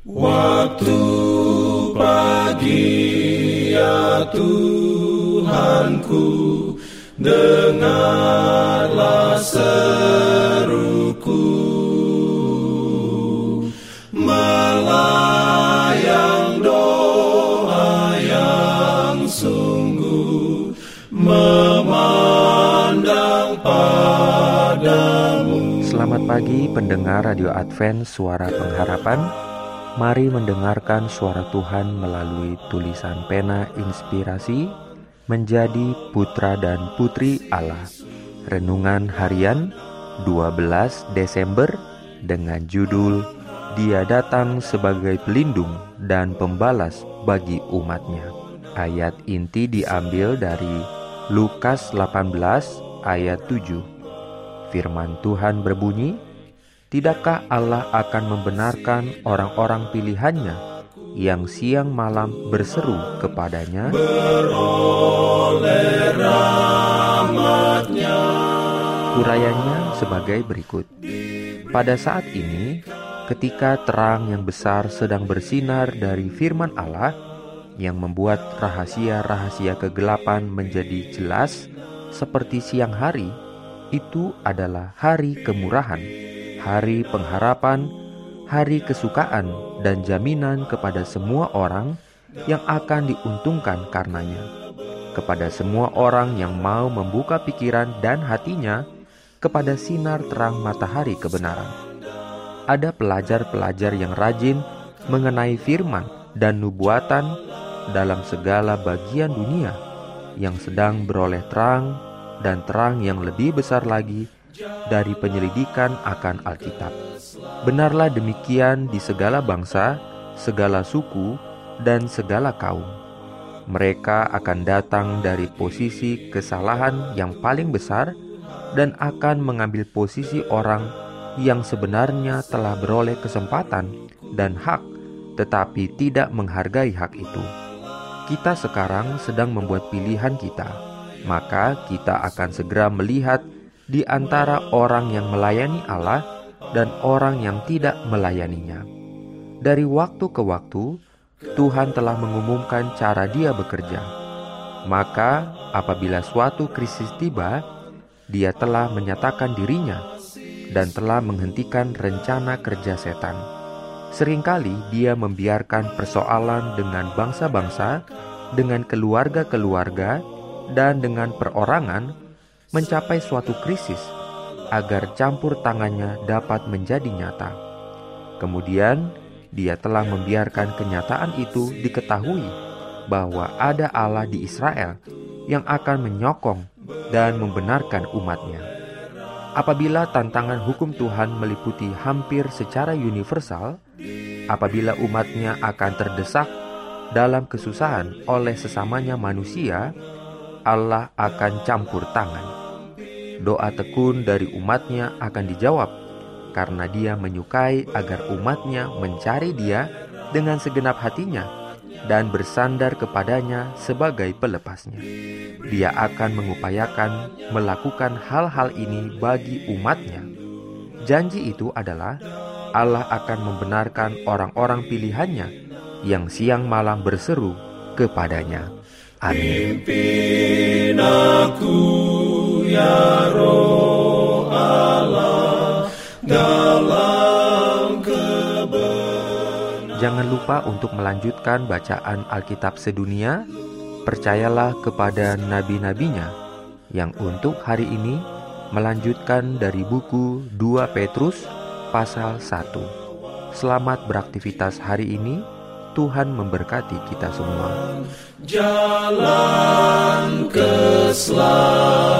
Waktu pagi ya Tuhanku, dengarlah seruku, melayang doa yang sungguh, memandang padamu. Selamat pagi pendengar Radio Advent Suara Pengharapan. Mari mendengarkan suara Tuhan melalui tulisan pena inspirasi menjadi putra dan putri Allah. Renungan harian 12 Desember dengan judul Dia datang sebagai pelindung dan pembalas bagi umatnya. Ayat inti diambil dari Lukas 18 ayat 7. Firman Tuhan berbunyi, tidakkah Allah akan membenarkan orang-orang pilihannya yang siang malam berseru kepadanya? Beroleh rahmat-Nya. Urayanya sebagai berikut. Pada saat ini, ketika terang yang besar sedang bersinar dari firman Allah yang membuat rahasia-rahasia kegelapan menjadi jelas seperti siang hari, itu adalah hari kemurahan, hari pengharapan, hari kesukaan dan jaminan kepada semua orang yang akan diuntungkan karenanya. Kepada semua orang yang mau membuka pikiran dan hatinya kepada sinar terang matahari kebenaran. Ada pelajar-pelajar yang rajin mengenai firman dan nubuatan dalam segala bagian dunia yang sedang beroleh terang dan terang yang lebih besar lagi dari penyelidikan akan Alkitab. Benarlah demikian di segala bangsa, segala suku, dan segala kaum. Mereka akan datang dari posisi kesalahan yang paling besar dan akan mengambil posisi orang yang sebenarnya telah beroleh kesempatan dan hak, tetapi tidak menghargai hak itu. Kita sekarang sedang membuat pilihan kita, maka kita akan segera melihat di antara orang yang melayani Allah dan orang yang tidak melayaninya. Dari waktu ke waktu, Tuhan telah mengumumkan cara Dia bekerja. Maka apabila suatu krisis tiba, Dia telah menyatakan dirinya dan telah menghentikan rencana kerja setan. Seringkali Dia membiarkan persoalan dengan bangsa-bangsa, dengan keluarga-keluarga, dan dengan perorangan mencapai suatu krisis agar campur tangannya dapat menjadi nyata. Kemudian Dia telah membiarkan kenyataan itu diketahui bahwa ada Allah di Israel yang akan menyokong dan membenarkan umatnya. Apabila tantangan hukum Tuhan meliputi hampir secara universal, apabila umatnya akan terdesak dalam kesusahan oleh sesamanya manusia, Allah akan campur tangan. Doa tekun dari umatnya akan dijawab, karena Dia menyukai agar umatnya mencari Dia dengan segenap hatinya dan bersandar kepadanya sebagai pelepasnya. Dia akan mengupayakan melakukan hal-hal ini bagi umatnya. Janji itu adalah Allah akan membenarkan orang-orang pilihannya yang siang malam berseru kepadanya. Amin. Pimpin aku ya Roh Allah dalam kebenaran. Jangan lupa untuk melanjutkan bacaan Alkitab sedunia. Percayalah kepada nabi-nabinya yang untuk hari ini melanjutkan dari buku 2 Petrus pasal 1. Selamat beraktivitas hari ini. Tuhan memberkati kita semua. Jalan keselamatan.